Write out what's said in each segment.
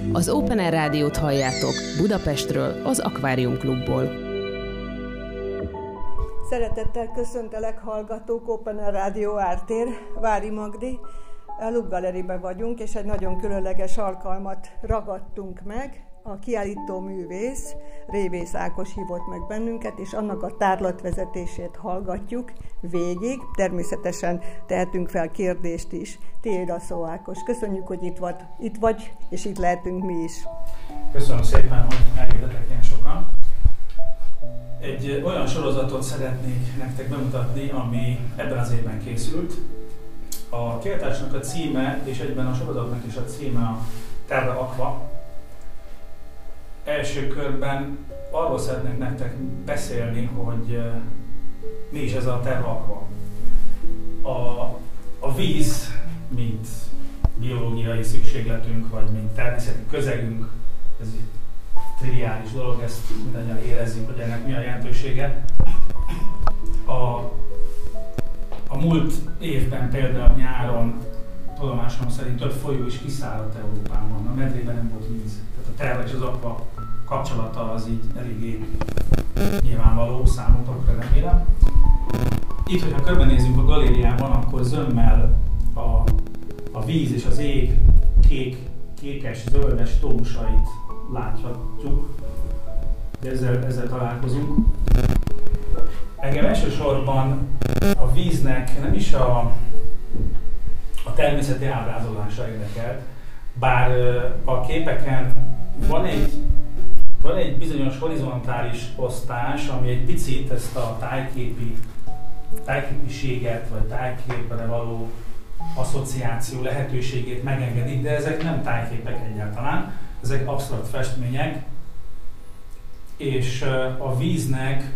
Az Open Air Rádiót halljátok Budapestről, az Akvárium Klubból. Szeretettel köszöntelek hallgatók, Open Air Rádió ártér, Vári Magdi. A Look Galleryben vagyunk, és egy nagyon különleges alkalmat ragadtunk meg. A kiállító művész, Révész Ákos hívott meg bennünket, és annak a tárlatvezetését hallgatjuk végig. Természetesen tehetünk fel kérdést is. Tiéd a szó, Ákos. Köszönjük, hogy itt vagy, és itt lehetünk mi is. Köszönöm szépen, hogy eljöttetek ilyen sokan. Egy olyan sorozatot szeretnék nektek bemutatni, ami ebben az évben készült. A kiállításnak a címe, és egyben a sorozatnak is a címe a Terra Aqua. Első körben arról szeretnék nektek beszélni, hogy mi is ez a Terra Aqua. A víz, mint biológiai szükségletünk, vagy mint természeti közegünk, ez egy triviális dolog, ezt mindannyian érezzük, hogy ennek mi a jelentősége. A múlt évben, például nyáron, tudomásom szerint több folyó is kiszáradt Európában, a medrében nem volt víz. Tehát a terra és az aqua kapcsolata az így eléggé nyilvánvaló számotokra, remélem. Itt, hogyha körbenézünk a galériában, akkor zömmel a víz és az ég kékes, zöldes tónusait láthatjuk. Ezzel találkozunk. Engem elsősorban a víznek nem is a természeti ábrázolása érdekel, bár a képeken van egy bizonyos horizontális osztás, ami egy picit ezt a tájképiséget, vagy tájképre való asszociáció lehetőségét megengedik, de ezek nem tájképek egyáltalán, ezek absztrakt festmények, és a víznek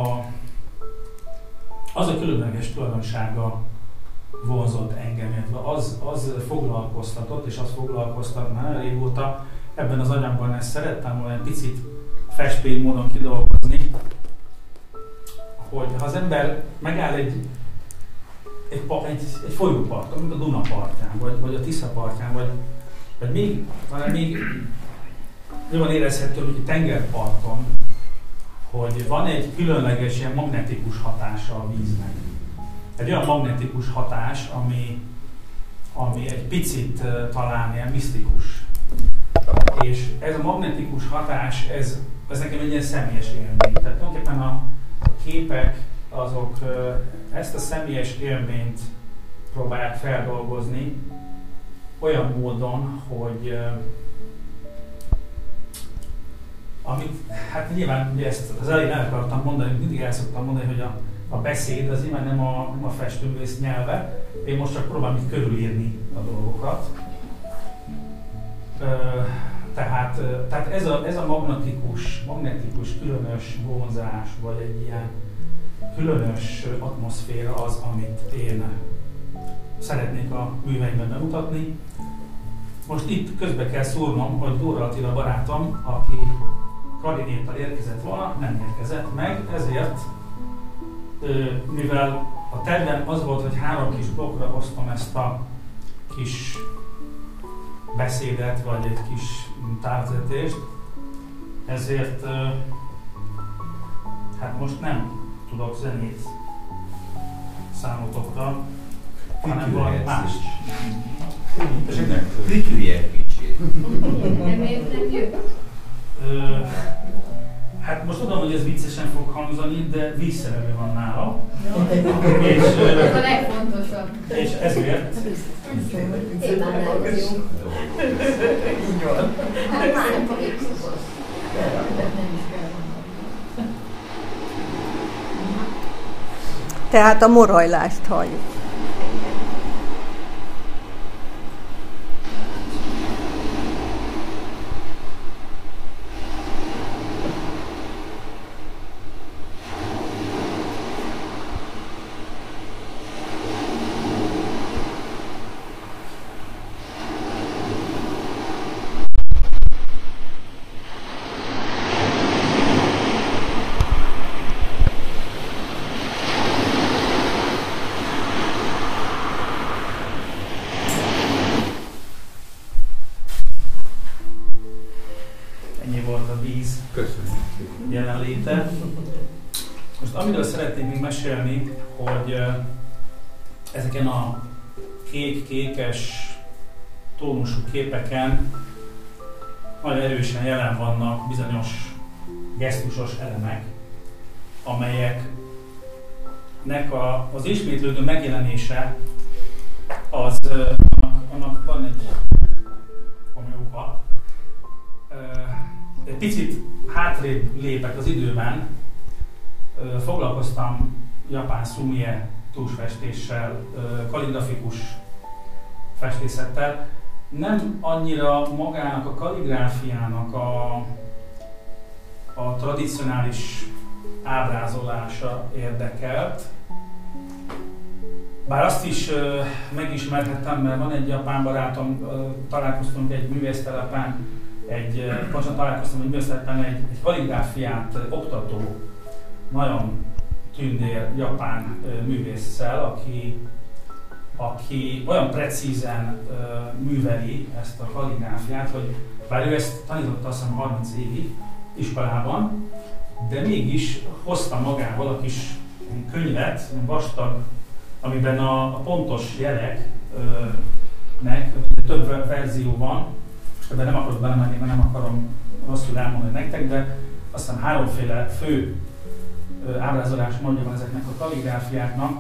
az a különleges tulajdonsága vonzott engem, illetve az foglalkoztatott, és az foglalkoztat már régóta. Ebben az anyagban ezt szerettem volna egy picit festmény módon kidolgozni, hogy ha az ember megáll egy folyóparton, mint a Duna partján, vagy a Tisza partján, vagy még jobban érezhető, hogy a tengerparton, hogy van egy különleges ilyen magnetikus hatása a víznek. Egy olyan magnetikus hatás, ami egy picit talán ilyen misztikus. És ez a magnetikus hatás, ez nekem egy ilyen személyes élmény. Tehát tulajdonképpen a képek azok ezt a személyes élményt próbálják feldolgozni olyan módon, hogy amit, hát nyilván ugye ezt az elején el akartam mondani, mindig el szoktam mondani, hogy a beszéd az nyilván nem a festőművész nyelve, én most csak próbálom itt körülírni a dolgokat. Tehát ez a magnetikus különös vonzás, vagy egy ilyen különös atmoszféra az, amit én szeretnék a műveimben bemutatni. Most itt közbe kell szúrnom, hogy Dóra Attila barátom, aki klarinéttal érkezett volna, nem érkezett meg, ezért mivel a tervem az volt, hogy 3 kis blokkra osztom ezt a kis beszédet, vagy egy kis tárzetést, ezért hát most nem tudok zenét számotokra, hanem valami más. Klikülj egy kicsit. Miért nem jött? Hát most tudom, hogy ez viccesen fog hangzani, de vízszerelő van nála. Ez a legfontosabb. És ezért... Témán elvegyünk. Így van. Hát már nem fogjuk szokott. Nem is kell mondani. Tehát a morajlást halljuk. volt a víz jelenléte. Most amiről szeretnék még mesélni, hogy ezeken a kék-kékes tónusú képeken nagyon erősen jelen vannak bizonyos gesztusos elemek, amelyeknek az ismétlődő megjelenése annak van egy oka. Egy picit hátrébb lépek az időben, foglalkoztam japán szumie tusfestéssel, kalligrafikus festészettel. Nem annyira magának a kalligráfiának a tradicionális ábrázolása érdekelt, bár azt is megismerhettem, mert van egy japán barátom, találkoztunk egy művésztelepen, egy kalligráfiát oktató, nagyon tündér japán művésszel, aki olyan precízen műveli ezt a kalligráfiát, hogy bár ő ezt tanította azt hiszem 30 évig iskolában, de mégis hozta magával a kis könyvet, vastag, amiben a pontos jeleknek több verzió van, ebben nem akarok belemenni, mert nem akarom rosszul elmondani nektek, de azt hiszem háromféle fő ábrázolás mondja van ezeknek a kalligráfiáknak.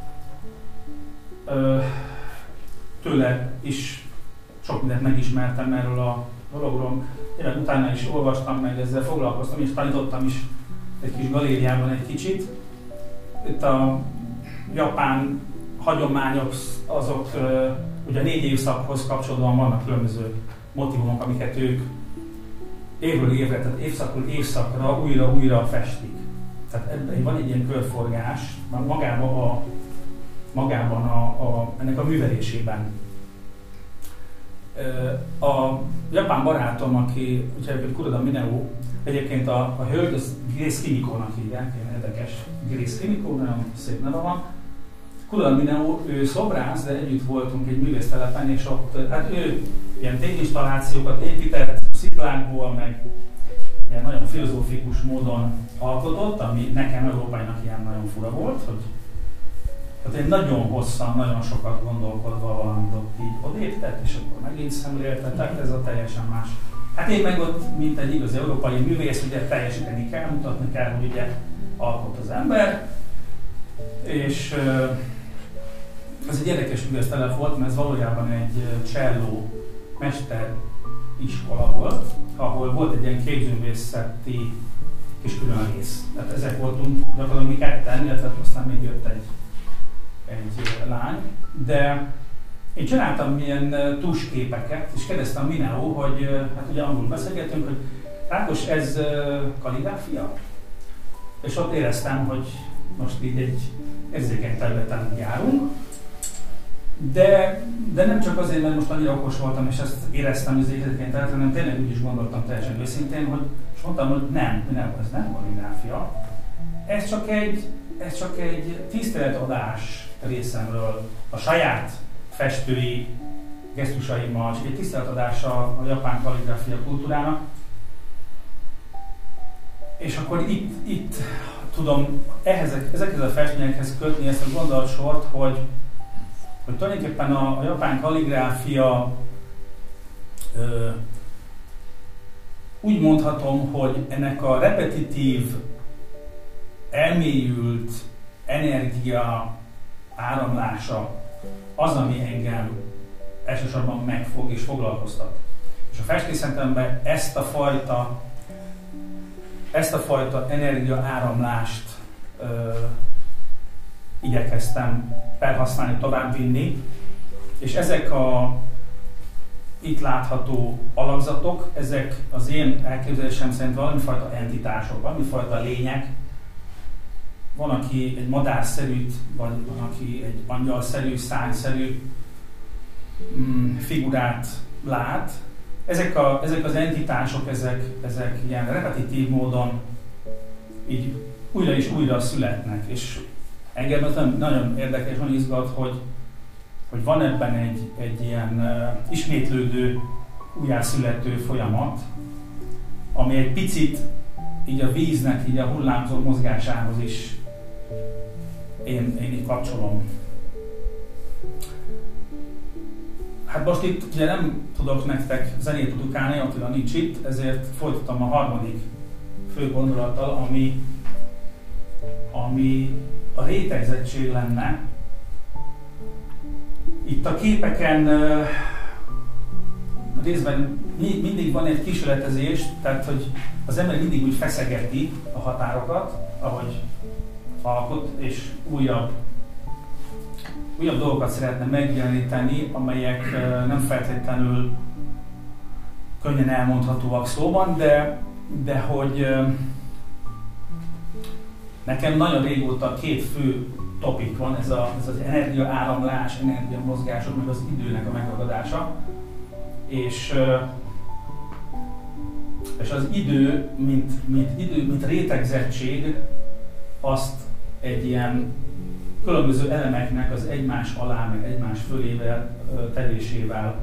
Tőle is sok mindent megismertem erről a dologról. Tényleg utána is olvastam meg, ezzel foglalkoztam, és tanítottam is egy kis galériában egy kicsit. Itt a japán hagyományok, azok ugye a 4 évszakhoz kapcsolódóan vannak különböző motivumok, amiket ők évről évre, tehát évszakról évszakra újra festik. Tehát ebben van egy ilyen körforgás, magában ennek a művelésében. A japán barátom, aki úgyhogy Kuroda Mineo, egyébként a hölgy, az Grace Kimiko-nak hívják, ilyen érdekes Grace Kimiko, nagyon szép neve van. Kuroda Mineo, ő szobrász, de együtt voltunk egy művésztelepen, és ott, hát ő ilyen tényinstallációkat épített sziklákból, meg ilyen nagyon filozófikus módon alkotott, ami nekem európainak ilyen nagyon fura volt, hogy hát én nagyon hosszan, nagyon sokat gondolkodva valamit ott így odéptett, és akkor megint szemléltetett, ez a teljesen más. Hát én meg ott, mint egy igaz európai művész, ugye teljesíteni kell, mutatni kell, hogy ugye alkot az ember, és ez egy érdekes művésztelep volt, mert ez valójában egy cselló mesteriskola volt, ahol volt egy ilyen képzőművészeti kis külön rész. Tehát ezek voltunk gyakorlatilag mi ketten, illetve aztán még jött egy lány, de én csináltam ilyen tusképeket, és kérdeztem Mineo, hogy hát ugye angolul beszélgetünk, hogy Rákos, ez kalligráfia? És ott éreztem, hogy most így egy érzékeny területen járunk, de nem csak azért, mert most annyira okos voltam, és ezt éreztem az érzékeny területen, hanem tényleg úgy is gondoltam teljesen őszintén, hogy és mondtam, hogy nem, ez nem kalligráfia. Ez csak egy tiszteletadás részemről a saját festői gesztusaimmal, csak egy tiszteletadása a japán kalligráfia kultúrának. És akkor itt tudom ezekhez a festményekhez kötni ezt a gondolatsort, hogy tulajdonképpen a japán kalligráfia úgy mondhatom, hogy ennek a repetitív, elmélyült energia áramlása az, ami engem elsősorban megfog és foglalkoztat. És a festészetemben ezt a fajta energia áramlást igyekeztem felhasználni, továbbvinni, és ezek a itt látható alakzatok, ezek az én elképzelésem szerint valamifajta entitások, valamifajta lények. Van, aki egy madárszerűt, vagy van, aki egy angyalszerű, szárnyszerű figurát lát. Ezek az entitások, ezek ilyen repetitív módon így újra és újra születnek, és engem ez nagyon érdekes, nagyon izgat, hogy van ebben egy ilyen ismétlődő, újjászülető folyamat, ami egy picit így a víznek, így a hullámzó mozgásához is én így kapcsolom. Hát most itt ugye nem tudok nektek zenét produkálni, Attila nincs itt, ezért folytatom a harmadik fő gondolattal, ami a rétegzettség lenne. Itt a képeken részben mindig van egy kísérletezés, tehát hogy az ember mindig úgy feszegeti a határokat, ahogy alkot, és újabb dolgokat szeretne megjeleníteni, amelyek nem feltétlenül könnyen elmondhatóak szóban, de hogy nekem nagyon régóta két fő topik van, ez az energiaáramlás, energiamozgások, meg az időnek a megragadása. És az idő, mint rétegzettség, azt egy ilyen különböző elemeknek az egymás alá, meg egymás fölével tevésével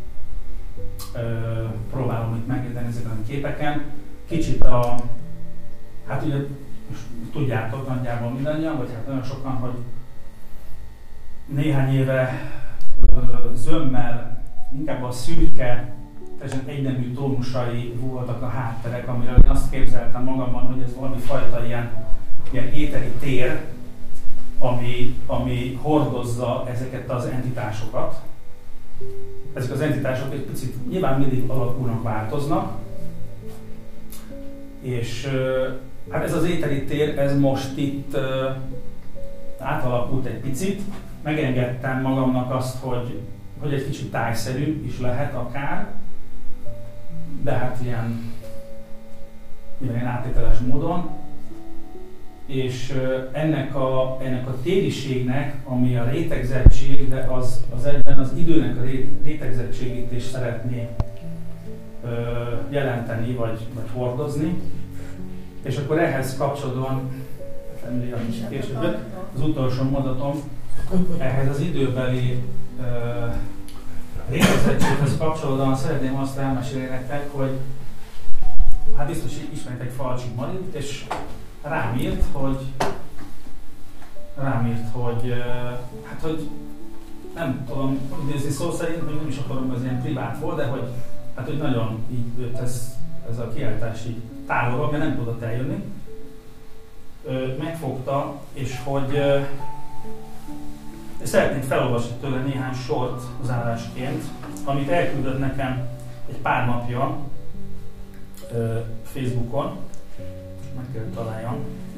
próbálom itt megérteni ezeken a képeken. Kicsit hát ugye tudjátok nagyjából mindannyian, vagy hát nagyon sokan, hogy néhány éve zömmel inkább a szürke, teljesen egynemű tónusai voltak a hátterek, amiről én azt képzeltem magamban, hogy ez valami fajta ilyen éteri tér, ami hordozza ezeket az entitásokat. Ezek az entitások egy picit nyilván mindig alakulnak, változnak, és hát ez az éteri tér, ez most itt átalakult egy picit. Megengedtem magamnak azt, hogy egy kicsit tájszerű is lehet akár, de hát ilyen áttételes módon. És ennek a tériségnek, ami a rétegzettség, de az egyben az időnek a rétegzettségét is szeretné jelenteni, vagy hordozni. És akkor ehhez kapcsolódóan, az utolsó mondatom, ehhez az időbeli rétegzettséghez kapcsolódóan szeretném azt elmesélni nektek, hogy hát biztos ismeritek Falcsik Marit, és rám írt, hogy nem tudom idézni szó szerint, hogy nem is akarom, ez ilyen privát volt, de hogy nagyon így őt ez a kiállítás így távolról, mert nem tudott eljönni. Megfogta, és hogy szeretnék felolvasni tőle néhány sort zárásként, amit elküldött nekem egy pár napja Facebookon. Meg kell találjam.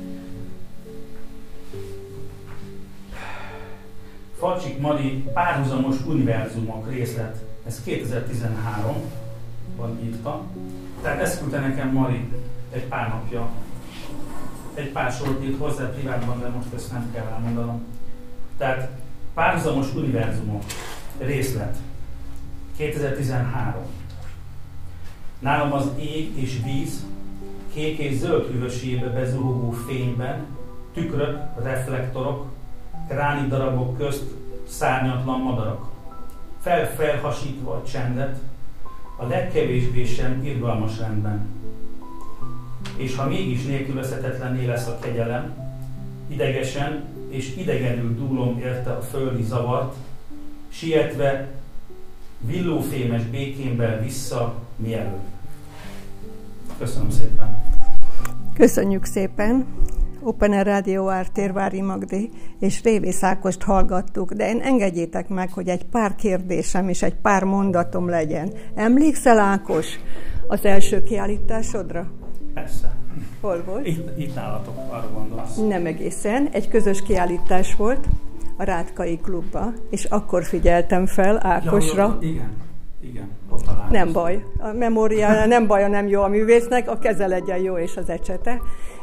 Falcsik Mari Párhuzamos univerzumok részlet. Ez 2013-ban írta. Tehát ezt küldte nekem Mari egy pár napja. Egy pár sort írt hozzá privátban, de most ezt nem kell elmondanom. Tehát Párhuzamos univerzumok részlet. 2013. Nálam az ég és víz, kék és zöld hűvösébe bezuhogó fényben, tükrök, reflektorok, gránit darabok közt szárnyatlan madarak. Felhasítva a csendet, a legkevésbé sem irgalmas rendben. És ha mégis nélkülözhetetlenné lesz a kegyelem, idegesen és idegenül dúlom érte a földi zavart, sietve villófémes békémben vissza mielőtt. Köszönöm szépen! Köszönjük szépen! Open Air Rádió Ártér, Vári Magdi és Révész Ákost hallgattuk, de én engedjétek meg, hogy egy pár kérdésem és egy pár mondatom legyen. Emlékszel, Ákos, az első kiállításodra? Persze. Hol volt? Itt nálatok, arra gondolsz. Nem egészen. Egy közös kiállítás volt a Rátkai Klubba, és akkor figyeltem fel Ákosra. Ja, igen. Ott találkozunk. Nem baj. A memória nem baj, nem jó a művésznek, a keze legyen jó és az ecsete.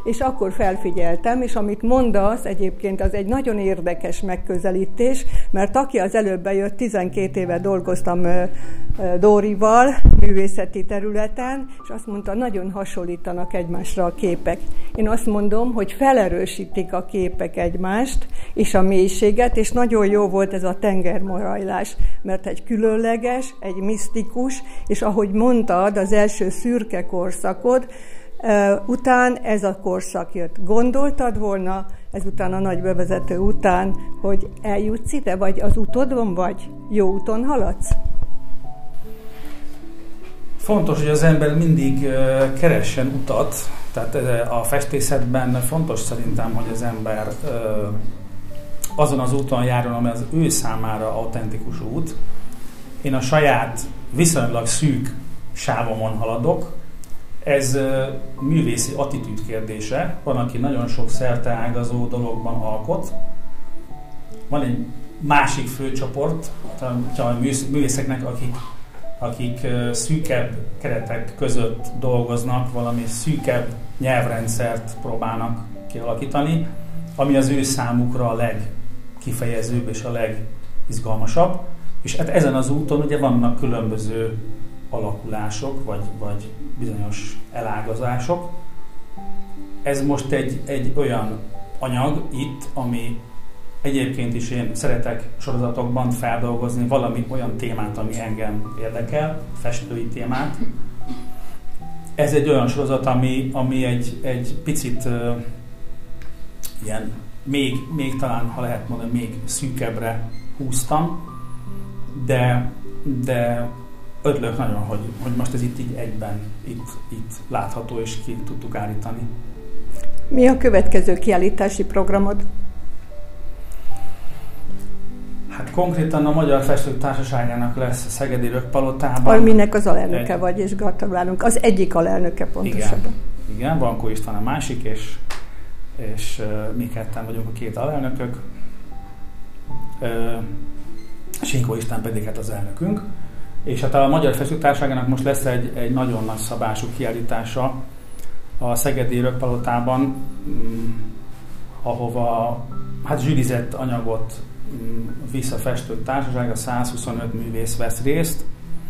és akkor felfigyeltem, és amit mondasz egyébként, az egy nagyon érdekes megközelítés, mert aki az előbb bejött, 12 éve dolgoztam Dórival, művészeti területen, és azt mondta, nagyon hasonlítanak egymásra a képek. Én azt mondom, hogy felerősítik a képek egymást, és a mélységet, és nagyon jó volt ez a tengermorajlás, mert egy különleges, egy misztikus, és ahogy mondtad, az első szürke korszakod, után ez a korszak jött. Gondoltad volna, ezután a nagy bevezető után, hogy eljutsz ide, vagy az utodon vagy? Jó úton haladsz? Fontos, hogy az ember mindig keressen utat, tehát a festészetben fontos szerintem, hogy az ember azon az úton járjon, ami az ő számára autentikus út. Én a saját viszonylag szűk sávomon haladok. Ez művészi attitűd kérdése. Van, aki nagyon sok szerteágazó dologban alkot. Van egy másik főcsoport, a művészeknek, akik szűkebb keretek között dolgoznak, valami szűkebb nyelvrendszert próbálnak kialakítani, ami az ő számukra a legkifejezőbb és a legizgalmasabb. És hát ezen az úton ugye vannak különböző alakulások, vagy bizonyos elágazások. Ez most egy olyan anyag itt, ami egyébként is én szeretek sorozatokban feldolgozni valami olyan témát, ami engem érdekel, festői témát. Ez egy olyan sorozat, ami egy picit ilyen még talán, ha lehet mondani, még szűkebbre húztam, de örülök nagyon, hogy most ez itt így egyben itt látható és ki tudtuk állítani. Mi a következő kiállítási programod? Hát konkrétan a Magyar Festők Társaságának lesz a Szegedi Rökkpalotában. Aminek az alelnöke vagy, és gratulálunk. Az egyik alelnöke pontosabban. Igen, Bankó István a másik, és mi ketten vagyunk a két alelnökök. Sinkó István pedig hát az elnökünk. És hát a Magyar Festők Társaságának most lesz egy nagyon nagy szabású kiállítása a Szegedi Rökkpalotában, ahova hát zsűrizett anyagot visz a Festők Társasága, 125 művész vesz részt.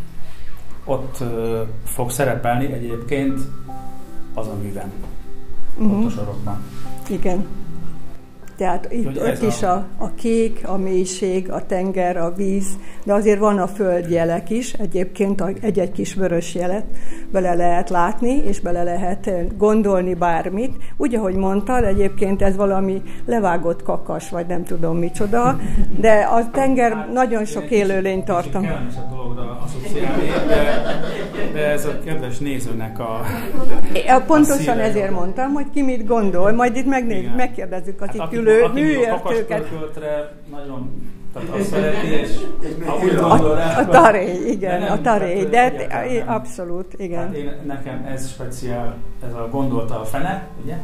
Ott fog szerepelni egyébként az a művem. Ott a sorokban. Igen. Tehát itt is a kék, a mélység, a tenger, a víz, de azért van a földjelek is, egyébként egy-egy kis vörös jelet bele lehet látni, és bele lehet gondolni bármit. Úgy, ahogy mondtad, egyébként ez valami levágott kakas, vagy nem tudom micsoda, de a tenger nagyon sok élőlényt tartom. Kellemes a dologra asszociálni, de ez a kedves nézőnek pontosan ezért mondtam, hogy ki mit gondol, majd itt megkérdezzük az itt ülő műértőket. Nagyon, tehát azt szereti, és úgy gondol rá. A taréj, igen, a taréj, de abszolút, igen. Hát nekem ez speciál, ez a gondolta a fene, ugye?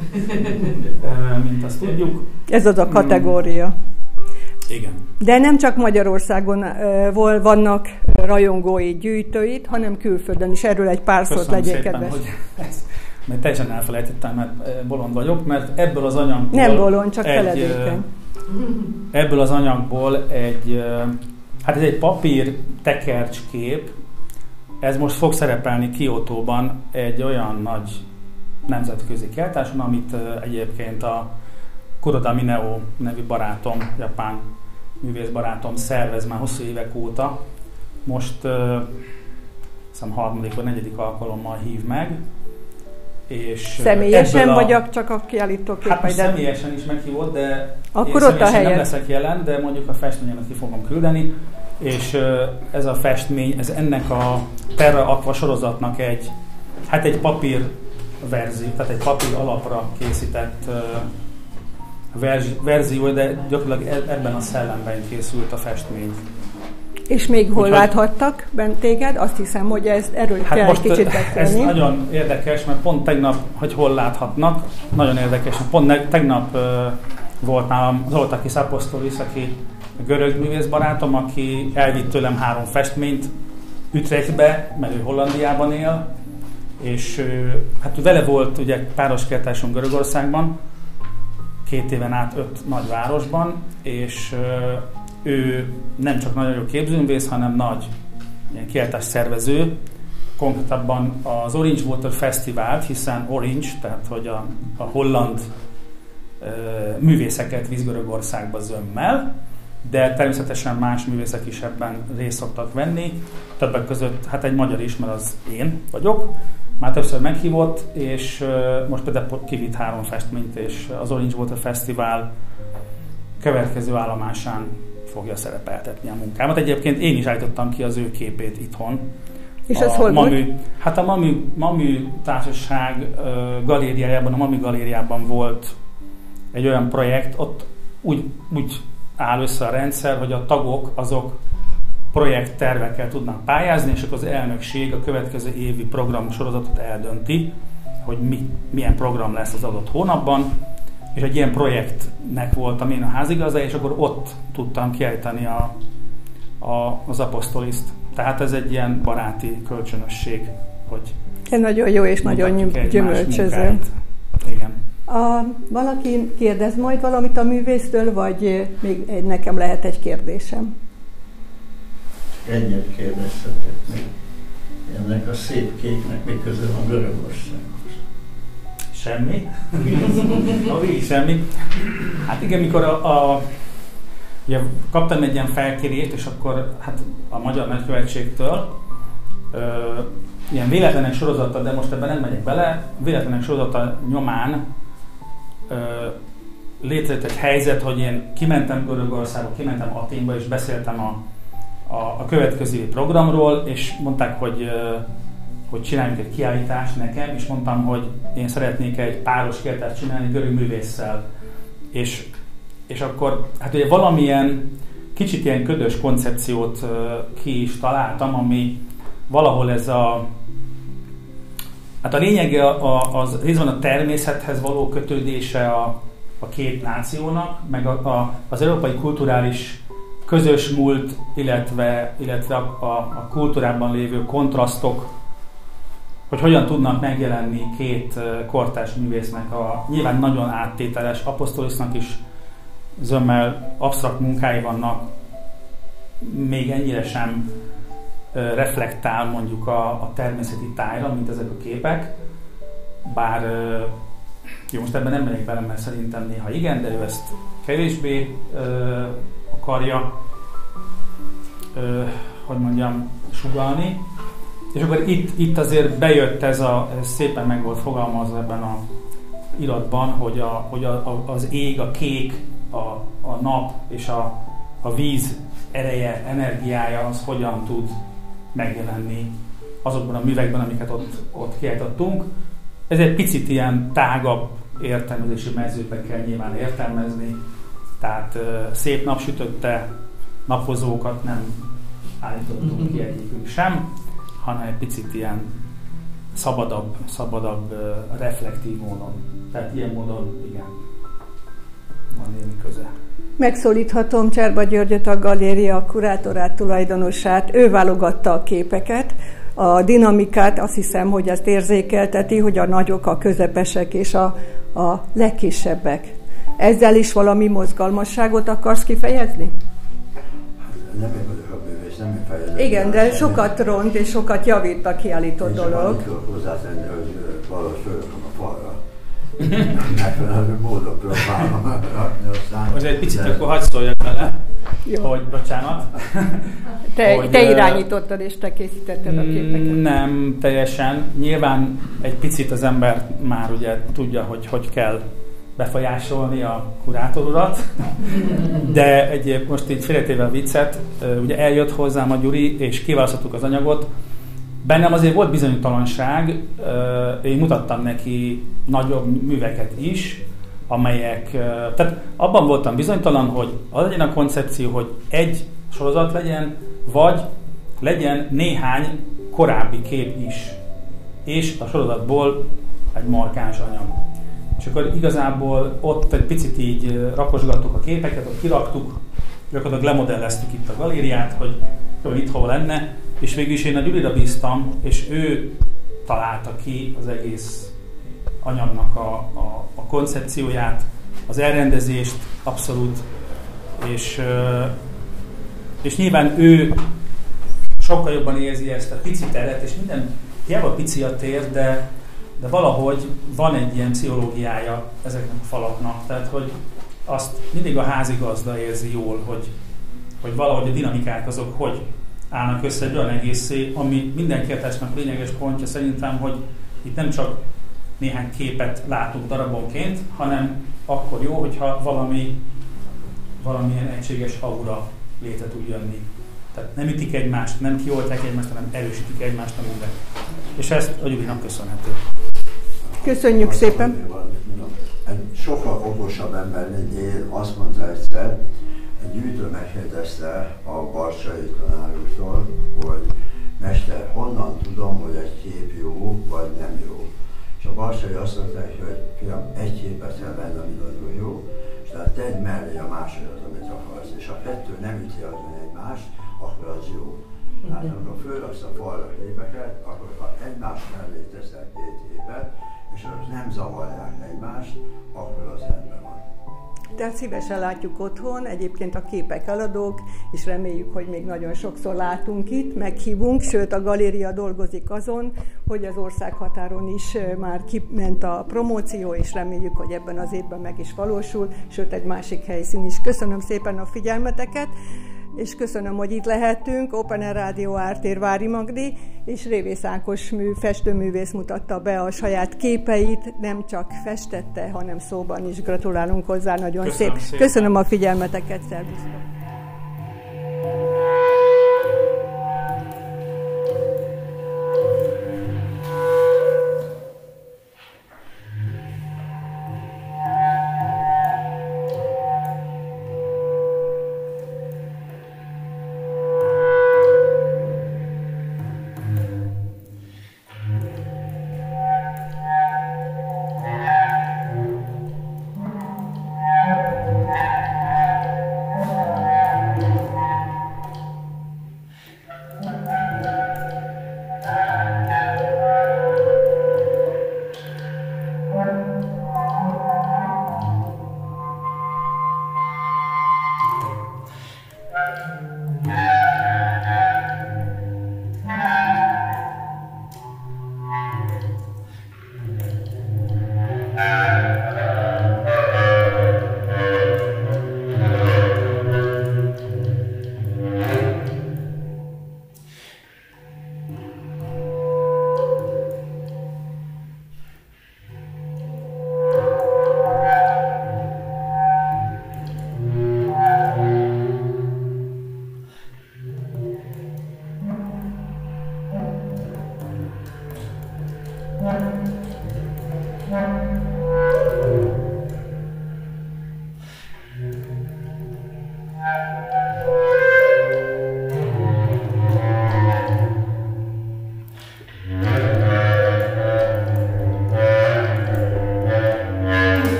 Mint azt tudjuk. Ez az a kategória. Igen. De nem csak Magyarországon vannak rajongói, gyűjtőid, hanem külföldön is. Erről egy pár szót legyél kedves. Mert teljesen elfelejtettem, mert bolond vagyok, mert ebből az anyagból... Nem bolond, csak feledékeny. Ebből az anyagból hát ez egy papír tekercskép, ez most fog szerepelni Kiotóban egy olyan nagy nemzetközi kiállításon, amit egyébként a Kuroda Mineo nevű barátom, japán művész barátom szervez már hosszú évek óta. Most hiszem 3. vagy 4. alkalommal hív meg. És személyesen vagy csak a kiállítóképeidet? Hát személyesen is meghívott, de akkor én ott személyesen nem leszek jelen, de mondjuk a festményemet ki fogom küldeni, és ez a festmény, ez ennek a Terra Aqua sorozatnak egy papír verzió, tehát egy papír alapra készített verzió, de gyakorlatilag ebben a szellemben készült a festmény. És még hol láthattak bent téged? Azt hiszem, hogy erről kell egy kicsit beszélni. Ez nagyon érdekes, mert pont tegnap, hogy hol láthatnak, nagyon érdekes, pont tegnap volt nálam Zoltakis Apostolis, aki görög művész barátom, aki elvitt tőlem 3 festményt Utrechtbe, mert ő Hollandiában él, és hát vele volt ugye páros kiállításunk Görögországban, 2 éven át 5 nagyvárosban, és ő nem csak nagyon jó képzőművész, hanem nagy ilyen kiállítás szervező, konkrétabban az Orange Water Fesztivált, hiszen Orange, tehát hogy a holland művészeket visz Görögországba zömmel, de természetesen más művészek is ebben részt szoktak venni. Többek között hát egy magyar is, mert az én vagyok. Már többször meghívott, és most például kivitt 3 festményt, és az Orange Water Fesztivál következő állomásán fogja szerepeltetni a munkámat. Egyébként én is állítottam ki az ő képét itthon. És az hol volt? Hát a MAMÜ társaság galériájában, a MAMÜ galériában volt egy olyan projekt, ott úgy áll össze a rendszer, hogy a tagok azok projekttervekkel tudnak pályázni, és akkor az elnökség a következő évi programsorozatot eldönti, hogy milyen program lesz az adott hónapban, és egy ilyen projektnek voltam én a házigazdája, és akkor ott tudtam kiállítani az Apostoliszt. Tehát ez egy ilyen baráti kölcsönösség, hogy nagyon jó és nagyon gyümölcsöző. Igen. Valaki kérdez majd valamit a művésztől, vagy még nekem lehet egy kérdésem? Egyet kérdezhetek még. Ennek a szép kéknek mi köze van Görögországhoz? Semmi. Semmi. Hát igen, mikor ugye kaptam egy ilyen felkérést, és akkor hát a Magyar Nagykövetségtől ilyen véletlenek sorozata, de most ebben nem megyek bele, véletlenek sorozata nyomán létrejött egy helyzet, hogy én kimentem Görögországba, kimentem Athénba, és beszéltem a következő programról, és mondták, hogy csináljunk egy kiállítást nekem, és mondtam, hogy én szeretnék egy páros kiállítást csinálni görög művésszel. És akkor hát ugye valamilyen kicsit ilyen ködös koncepciót ki is találtam, ami valahol ez hát a lényege az részben a természethez való kötődése a két nációnak, meg az európai kulturális közös múlt, illetve a kultúrában lévő kontrasztok, hogy hogyan tudnak megjelenni két kortárs művésznek nyilván nagyon áttételes Apostolisnak is zömmel absztrakt munkái vannak, még ennyire sem reflektál mondjuk a természeti tájra, mint ezek a képek, bár jó, most ebben nem megyek bele, mert szerintem néha igen, de ő ezt kevésbé akarja, hogy mondjam, sugallni. És akkor itt azért bejött ez szépen meg volt fogalmazva ebben a iratban, hogy az ég, a kék, a nap és a víz ereje, energiája az hogyan tud megjelenni azokban a művekben, amiket ott kiállítottunk. Ez egy picit ilyen tágabb értelmezési mezőbe kell nyilván értelmezni, tehát szép napsütötte napozókat nem állítottunk ki egyikünk sem, hanem egy picit ilyen szabadabb reflektív módon. Tehát ilyen módon, igen, van némi köze. Megszólíthatom Cserba Györgyöt, a galéria kurátorát, tulajdonosát. Ő válogatta a képeket, a dinamikát, azt hiszem, hogy ezt érzékelteti, hogy a nagyok, a közepesek és a legkisebbek. Ezzel is valami mozgalmasságot akarsz kifejezni? Nem én vagyok a művész, nem én fejezem. Igen, de sokat ront és sokat javít a kiállított dolog. Én csak hozzátenni, hogy valószínűleg a falra. Megfelelő módon próbálom rakni aztán. Most egy picit akkor hadd szóljak bele, hogy bocsánat. Te irányítottad és te készítetted a képeket. Nem teljesen. Nyilván egy picit az ember már ugye tudja, hogy kell befolyásolni a kurátor urat, de most így félretéve a viccet, ugye eljött hozzám a Gyuri, és kiválasztottuk az anyagot. Bennem azért volt bizonytalanság, én mutattam neki nagyobb műveket is, amelyek, tehát abban voltam bizonytalan, hogy az legyen a koncepció, hogy egy sorozat legyen, vagy legyen néhány korábbi kép is, és a sorozatból egy markáns anyag. És akkor igazából ott egy picit így rakosgattuk a képeket, ott kiraktuk, gyakorlatilag lemodelleztük itt a galériát, hogy itt hol lenne, és végül is én a Gyurira bíztam, és ő találta ki az egész anyagnak a koncepcióját, az elrendezést abszolút, és nyilván ő sokkal jobban érzi ezt a pici teret, és minden, hiába pici a tér, de valahogy van egy ilyen pszichológiája ezeknek a falaknak, tehát hogy azt mindig a házigazda érzi jól, hogy valahogy a dinamikák azok hogy állnak össze egy olyan egészé, ami minden kiadásnak lényeges pontja szerintem, hogy itt nem csak néhány képet látunk darabonként, hanem akkor jó, hogyha valamilyen egységes aura létre tud jönni. Tehát nem ütik egymást, nem kioltják egymást, hanem erősítik egymást a minden. És ezt a Gyurinak köszönhető. Köszönjük szépen! Egy sokkal okosabb ember, mint én, azt mondta egyszer, egy gyűjtő megkérdezte a Barsai tanár úrtól, hogy mester, honnan tudom, hogy egy kép jó, vagy nem jó? És a Barsai azt mondta, hogy fiam, egy képet kell venni, ami nagyon jó, és tehát tedd mellé a másodat, amit akarsz, és a kettő nem üti azon egymást, akkor az jó. Tehát amikor fölraksz a falra képeket, akkor ha egymás mellé teszel két képet, és azok nem zavarják egymást, akkor az rendben van. Tehát szívesen látjuk otthon, egyébként a képek eladók, és reméljük, hogy még nagyon sokszor látunk itt, meghívunk, sőt a galéria dolgozik azon, hogy az országhatáron is már kiment a promóció, és reméljük, hogy ebben az évben meg is valósul, sőt egy másik helyszín is. Köszönöm szépen a figyelmeteket, és köszönöm, hogy itt lehetünk. Open Air Rádió Ártér, Vári Magdi, és Révész Ákos festőművész mutatta be a saját képeit, nem csak festette, hanem szóban is. Gratulálunk hozzá, nagyon szép. Köszönöm a figyelmeteket, szervusztok!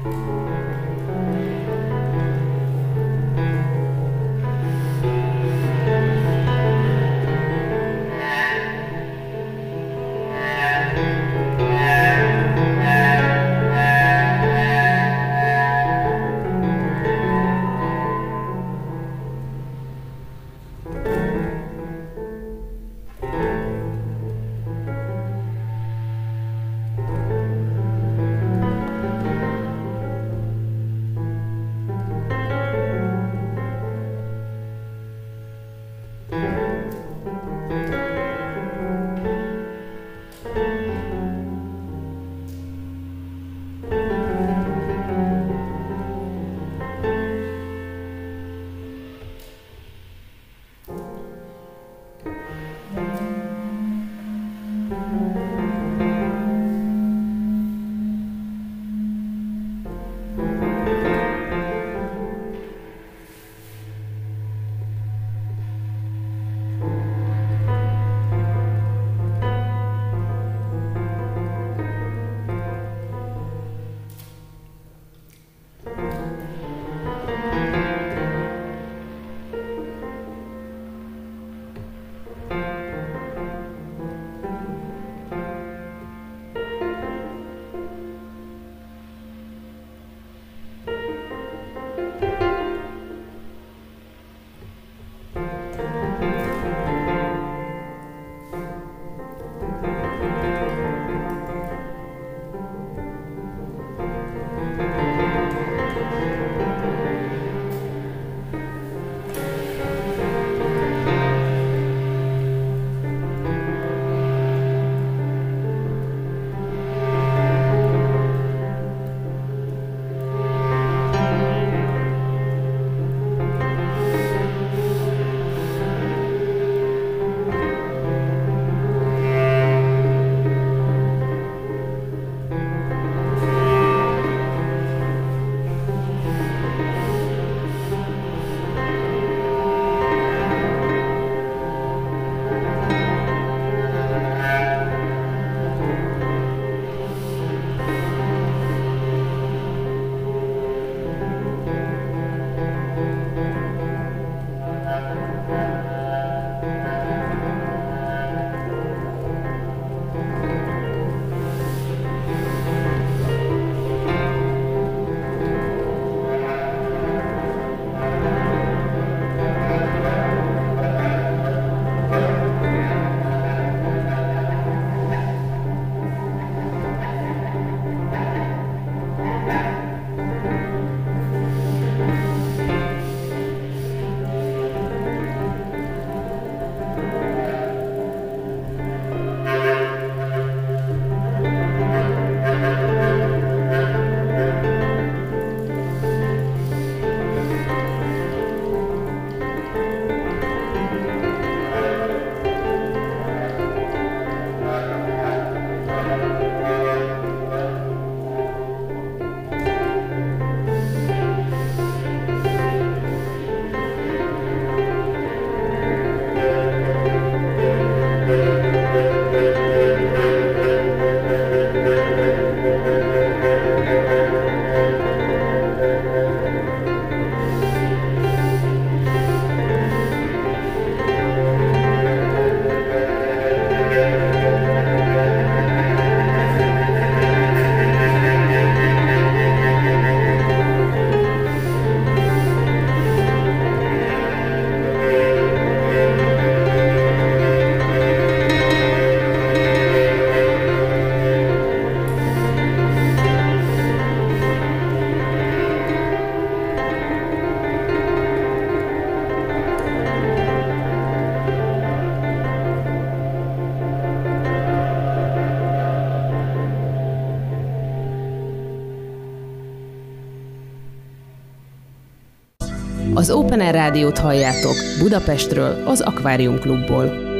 Az Open Air Rádiót halljátok Budapestről, az Akvárium Klubból.